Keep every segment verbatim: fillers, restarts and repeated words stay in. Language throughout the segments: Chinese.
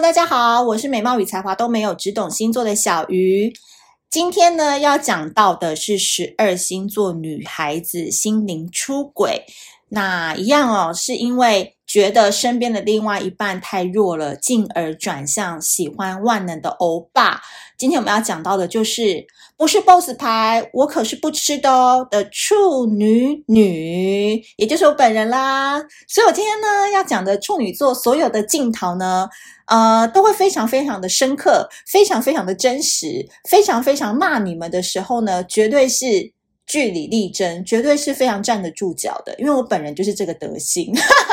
大家好，我是美貌与才华都没有，只懂星座的小鱼。今天呢，要讲到的是十二星座女孩子心灵出轨。那一样哦，是因为觉得身边的另外一半太弱了，进而转向喜欢万能的欧巴。今天我们要讲到的就是不是 boss 牌，我可是不吃的哦的处女女，也就是我本人啦。所以我今天呢要讲的处女座所有的镜头呢，呃，都会非常非常的深刻，非常非常的真实，非常非常骂你们的时候呢，绝对是据理力争，绝对是非常站得住脚的，因为我本人就是这个德行。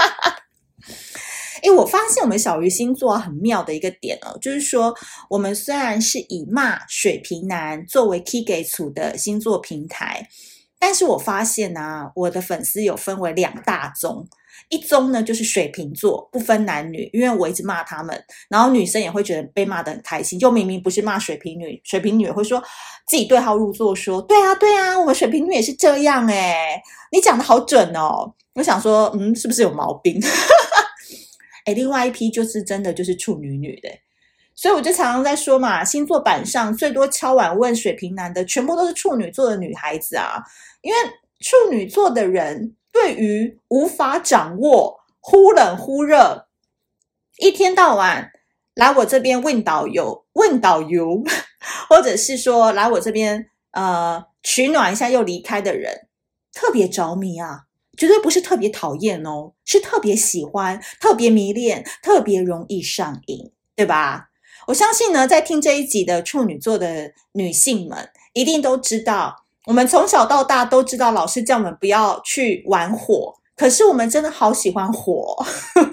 诶，我发现我们小鱼星座、啊、很妙的一个点哦，就是说我们虽然是以骂水瓶男作为 key 给处的星座平台，但是我发现啊，我的粉丝有分为两大宗。一宗呢就是水瓶座，不分男女，因为我一直骂他们，然后女生也会觉得被骂得很开心，就明明不是骂水瓶女，水瓶女也会说自己对号入座说，对啊对啊，我们水瓶女也是这样诶，你讲得好准哦。我想说嗯，是不是有毛病？诶，另外一批就是真的就是处女女的，所以我就常常在说嘛，星座板上最多敲碗问水瓶男的全部都是处女座的女孩子啊，因为处女座的人对于无法掌握忽冷忽热，一天到晚来我这边问导游问导游，或者是说来我这边呃取暖一下又离开的人，特别着迷啊，绝对不是特别讨厌哦，是特别喜欢，特别迷恋，特别容易上瘾，对吧？我相信呢，在听这一集的处女座的女性们一定都知道，我们从小到大都知道老师叫我们不要去玩火，可是我们真的好喜欢火。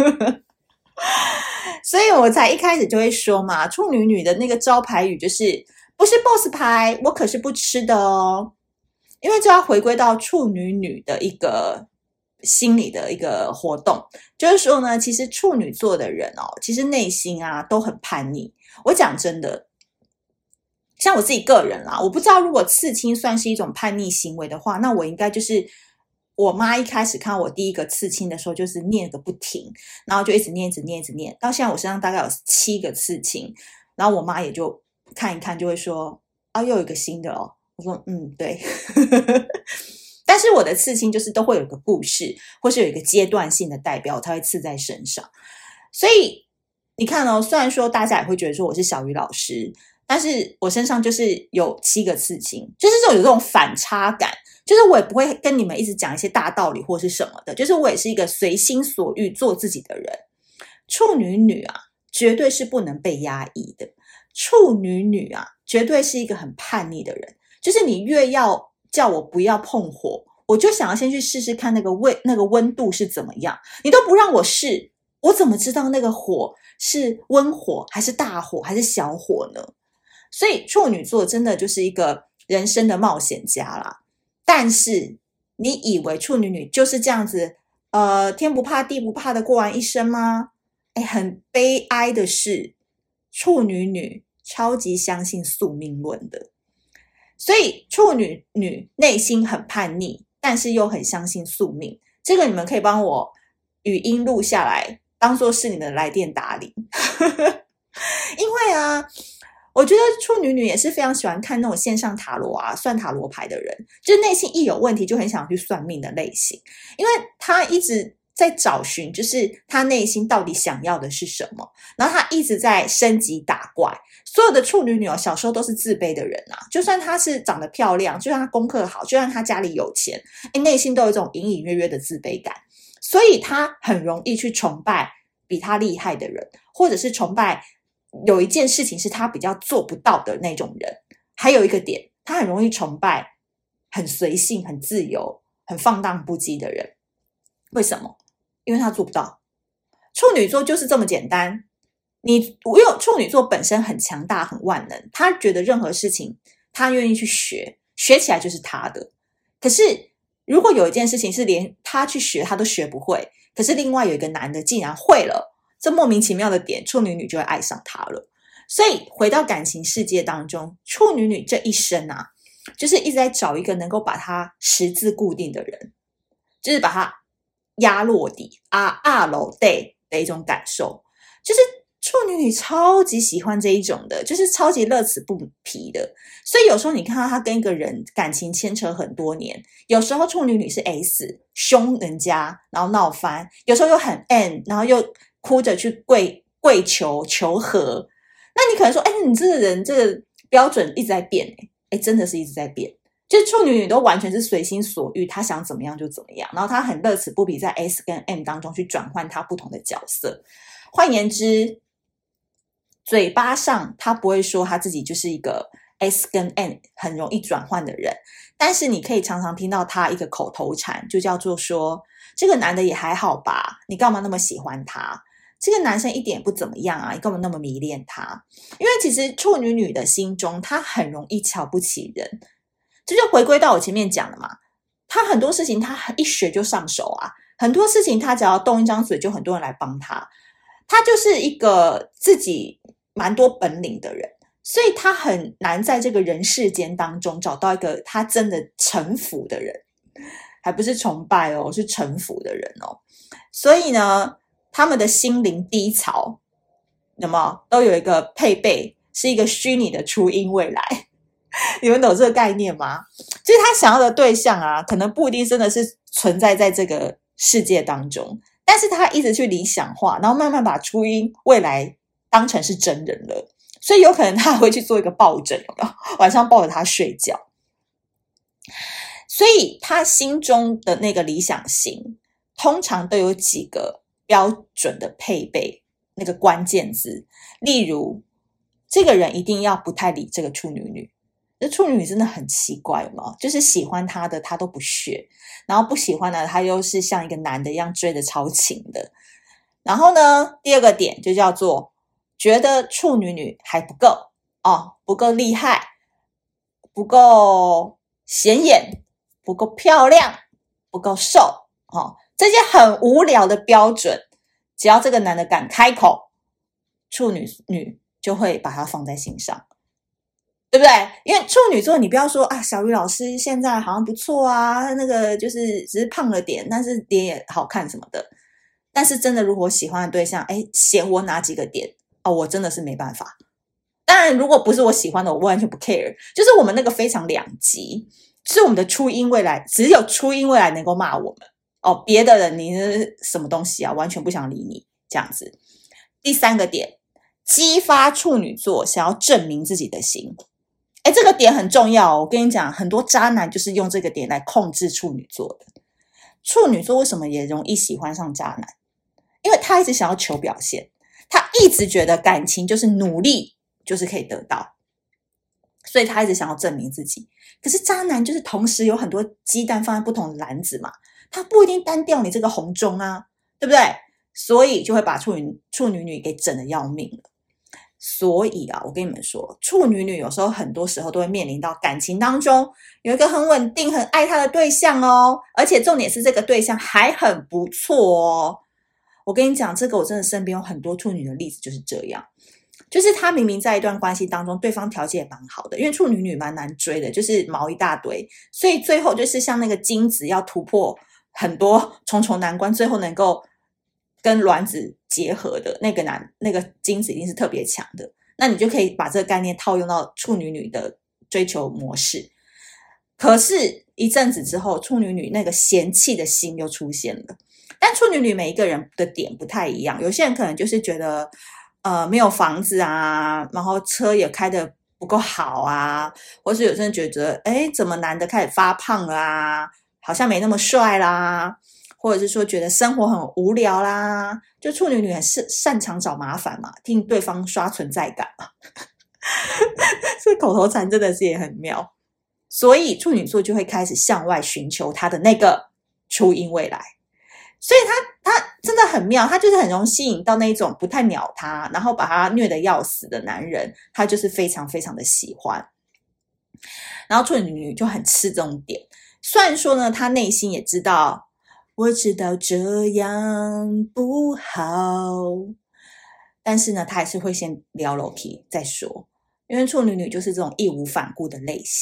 所以我才一开始就会说嘛，处女女的那个招牌语就是不是 boss 牌，我可是不吃的哦。因为就要回归到处女女的一个心理的一个活动，就是说呢，其实处女座的人哦，其实内心啊都很叛逆。我讲真的，像我自己个人啦，我不知道如果刺青算是一种叛逆行为的话，那我应该就是我妈一开始看到我第一个刺青的时候，就是念个不停，然后就一直念一直念一直念，到现在我身上大概有七个刺青，然后我妈也就看一看就会说啊，又有一个新的哦。我说嗯对。但是我的刺青就是都会有一个故事，或是有一个阶段性的代表才会刺在身上。所以你看哦，虽然说大家也会觉得说我是小鱼老师，但是我身上就是有七个刺青，就是这种有这种反差感，就是我也不会跟你们一直讲一些大道理或是什么的，就是我也是一个随心所欲做自己的人。处女女啊绝对是不能被压抑的，处女女啊绝对是一个很叛逆的人，就是你越要叫我不要碰火，我就想要先去试试看那个温那个温度是怎么样，你都不让我试，我怎么知道那个火是温火还是大火还是小火呢？所以处女座真的就是一个人生的冒险家啦。但是你以为处女女就是这样子呃，天不怕地不怕的过完一生吗？诶，很悲哀的是，处女女超级相信宿命论的。所以处女女内心很叛逆，但是又很相信宿命。这个你们可以帮我语音录下来，当作是你们的来电打铃。因为啊，我觉得处女女也是非常喜欢看那种线上塔罗啊、算塔罗牌的人，就是内心一有问题就很想去算命的类型，因为他一直在找寻，就是他内心到底想要的是什么，然后他一直在升级打怪。所有的处女女哦，小时候都是自卑的人啊，就算她是长得漂亮，就算她功课好，就算她家里有钱，诶，内心都有一种隐隐约约的自卑感，所以她很容易去崇拜比她厉害的人，或者是崇拜有一件事情是她比较做不到的那种人。还有一个点，她很容易崇拜很随性、很自由、很放荡不羁的人。为什么？因为她做不到。处女座就是这么简单。你因为处女座本身很强大很万能，他觉得任何事情他愿意去学，学起来就是他的。可是如果有一件事情是连他去学他都学不会，可是另外有一个男的竟然会了，这莫名其妙的点，处女女就会爱上他了。所以回到感情世界当中，处女女这一生啊，就是一直在找一个能够把他十字固定的人，就是把他压落底啊啊落地的一种感受。就是处女女超级喜欢这一种的，就是超级乐此不疲的。所以有时候你看到她跟一个人感情牵扯很多年，有时候处女女是 S 凶人家然后闹翻，有时候又很 N 然后又哭着去跪跪求求和。那你可能说哎，你这个人这个标准一直在变诶，哎，真的是一直在变。就是处女女都完全是随心所欲，她想怎么样就怎么样，然后她很乐此不疲在 S 跟 M 当中去转换她不同的角色。换言之，嘴巴上她不会说她自己就是一个 S 跟 M 很容易转换的人，但是你可以常常听到她一个口头禅，就叫做说这个男的也还好吧，你干嘛那么喜欢他，这个男生一点也不怎么样啊，你干嘛那么迷恋他。因为其实处女女的心中她很容易瞧不起人，这就回归到我前面讲的嘛，他很多事情他一学就上手啊，很多事情他只要动一张嘴就很多人来帮他，他就是一个自己蛮多本领的人，所以他很难在这个人世间当中找到一个他真的臣服的人，还不是崇拜哦，是臣服的人哦。所以呢，他们的心灵低潮，那么都有一个配备，是一个虚拟的初音未来。你们懂这个概念吗？就是他想要的对象啊，可能不一定真的是存在在这个世界当中，但是他一直去理想化，然后慢慢把初音未来当成是真人了，所以有可能他还会去做一个抱枕，有没有？晚上抱着他睡觉。所以他心中的那个理想型通常都有几个标准的配备，那个关键字，例如这个人一定要不太理这个处女女，这处女女真的很奇怪嘛，就是喜欢他的他都不屑，然后不喜欢的他又是像一个男的一样追得超勤的。然后呢，第二个点就叫做觉得处女女还不够哦，不够厉害，不够显眼，不够漂亮，不够瘦哦，这些很无聊的标准，只要这个男的敢开口，处女女就会把它放在心上。对不对？因为处女座你不要说啊，小鱼老师现在好像不错啊，那个就是只是胖了点，但是脸也好看什么的。但是真的如果喜欢的对象诶嫌我哪几个点哦，我真的是没办法。当然如果不是我喜欢的，我完全不 care， 就是我们那个非常两极，就是我们的初音未来，只有初音未来能够骂我们哦，别的人你是什么东西啊，完全不想理你这样子。第三个点，激发处女座想要证明自己的心。哎，这个点很重要哦，我跟你讲，很多渣男就是用这个点来控制处女座的。处女座为什么也容易喜欢上渣男？因为他一直想要求表现，他一直觉得感情就是努力就是可以得到，所以他一直想要证明自己。可是渣男就是同时有很多鸡蛋放在不同的篮子嘛，他不一定单掉你这个红中啊，对不对？所以就会把处女处女女给整得要命了。所以啊，我跟你们说，处女女有时候很多时候都会面临到感情当中有一个很稳定很爱她的对象哦，而且重点是这个对象还很不错哦。我跟你讲，这个我真的身边有很多处女的例子就是这样，就是她明明在一段关系当中对方条件也蛮好的，因为处女女蛮难追的，就是毛一大堆，所以最后就是像那个精子要突破很多重重难关，最后能够跟卵子结合的那个男那个精子一定是特别强的，那你就可以把这个概念套用到处女女的追求模式。可是一阵子之后，处女女那个嫌弃的心又出现了。但处女女每一个人的点不太一样，有些人可能就是觉得呃没有房子啊，然后车也开得不够好啊，或是有些人觉得诶怎么男的开始发胖了啊，好像没那么帅啦，或者是说觉得生活很无聊啦，就处女女很擅长找麻烦嘛，替对方刷存在感嘛。这口头禅真的是也很妙，所以处女座就会开始向外寻求他的那个初音未来。所以他他真的很妙，他就是很容易吸引到那种不太鸟他，然后把他虐得要死的男人，他就是非常非常的喜欢。然后处女女就很吃这种点，虽然说呢，他内心也知道，我知道这样不好，但是呢，他还是会先撩楼梯再说，因为处女女就是这种义无反顾的类型。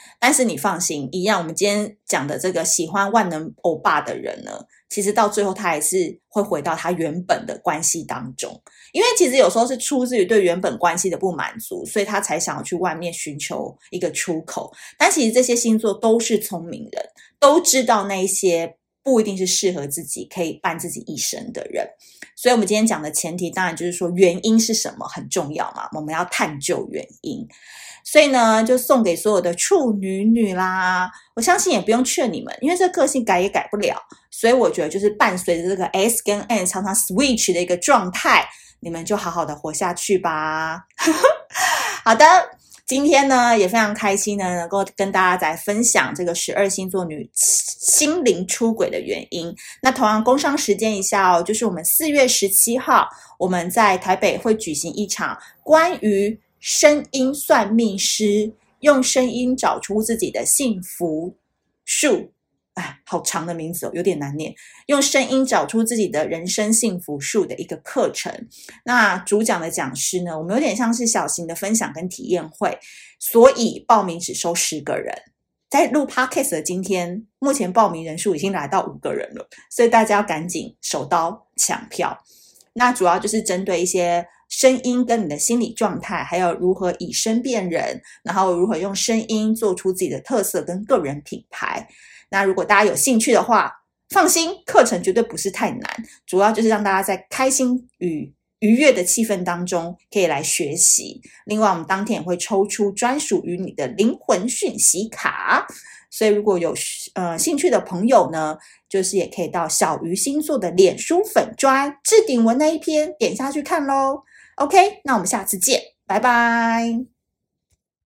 但是你放心，一样我们今天讲的这个喜欢万能欧巴的人呢，其实到最后他还是会回到他原本的关系当中，因为其实有时候是出自于对原本关系的不满足，所以他才想要去外面寻求一个出口。但其实这些星座都是聪明人，都知道那一些不一定是适合自己可以伴自己一生的人。所以我们今天讲的前提当然就是说原因是什么很重要嘛，我们要探究原因。所以呢，就送给所有的处女女啦，我相信也不用劝你们，因为这个个性改也改不了，所以我觉得就是伴随着这个 S 跟 N 常常 switch 的一个状态，你们就好好的活下去吧。好的，今天呢也非常开心呢，能够跟大家来分享这个十二星座女心灵出轨的原因。那同样工商时间一下哦，就是我们四月十七号，我们在台北会举行一场关于声音算命师用声音找出自己的幸福树，哎，好长的名字哦，有点难念。用声音找出自己的人生幸福树的一个课程。那主讲的讲师呢，我们有点像是小型的分享跟体验会，所以报名只收十个人。在录 podcast 的今天，目前报名人数已经来到五个人了，所以大家要赶紧手刀抢票。那主要就是针对一些声音跟你的心理状态，还有如何以声辨人，然后如何用声音做出自己的特色跟个人品牌。那如果大家有兴趣的话，放心，课程绝对不是太难，主要就是让大家在开心与愉悦的气氛当中可以来学习。另外我们当天也会抽出专属于你的灵魂讯息卡，所以如果有呃兴趣的朋友呢，就是也可以到小鱼星座的脸书粉专置顶文那一篇点下去看咯。OK， 那我们下次见，拜拜。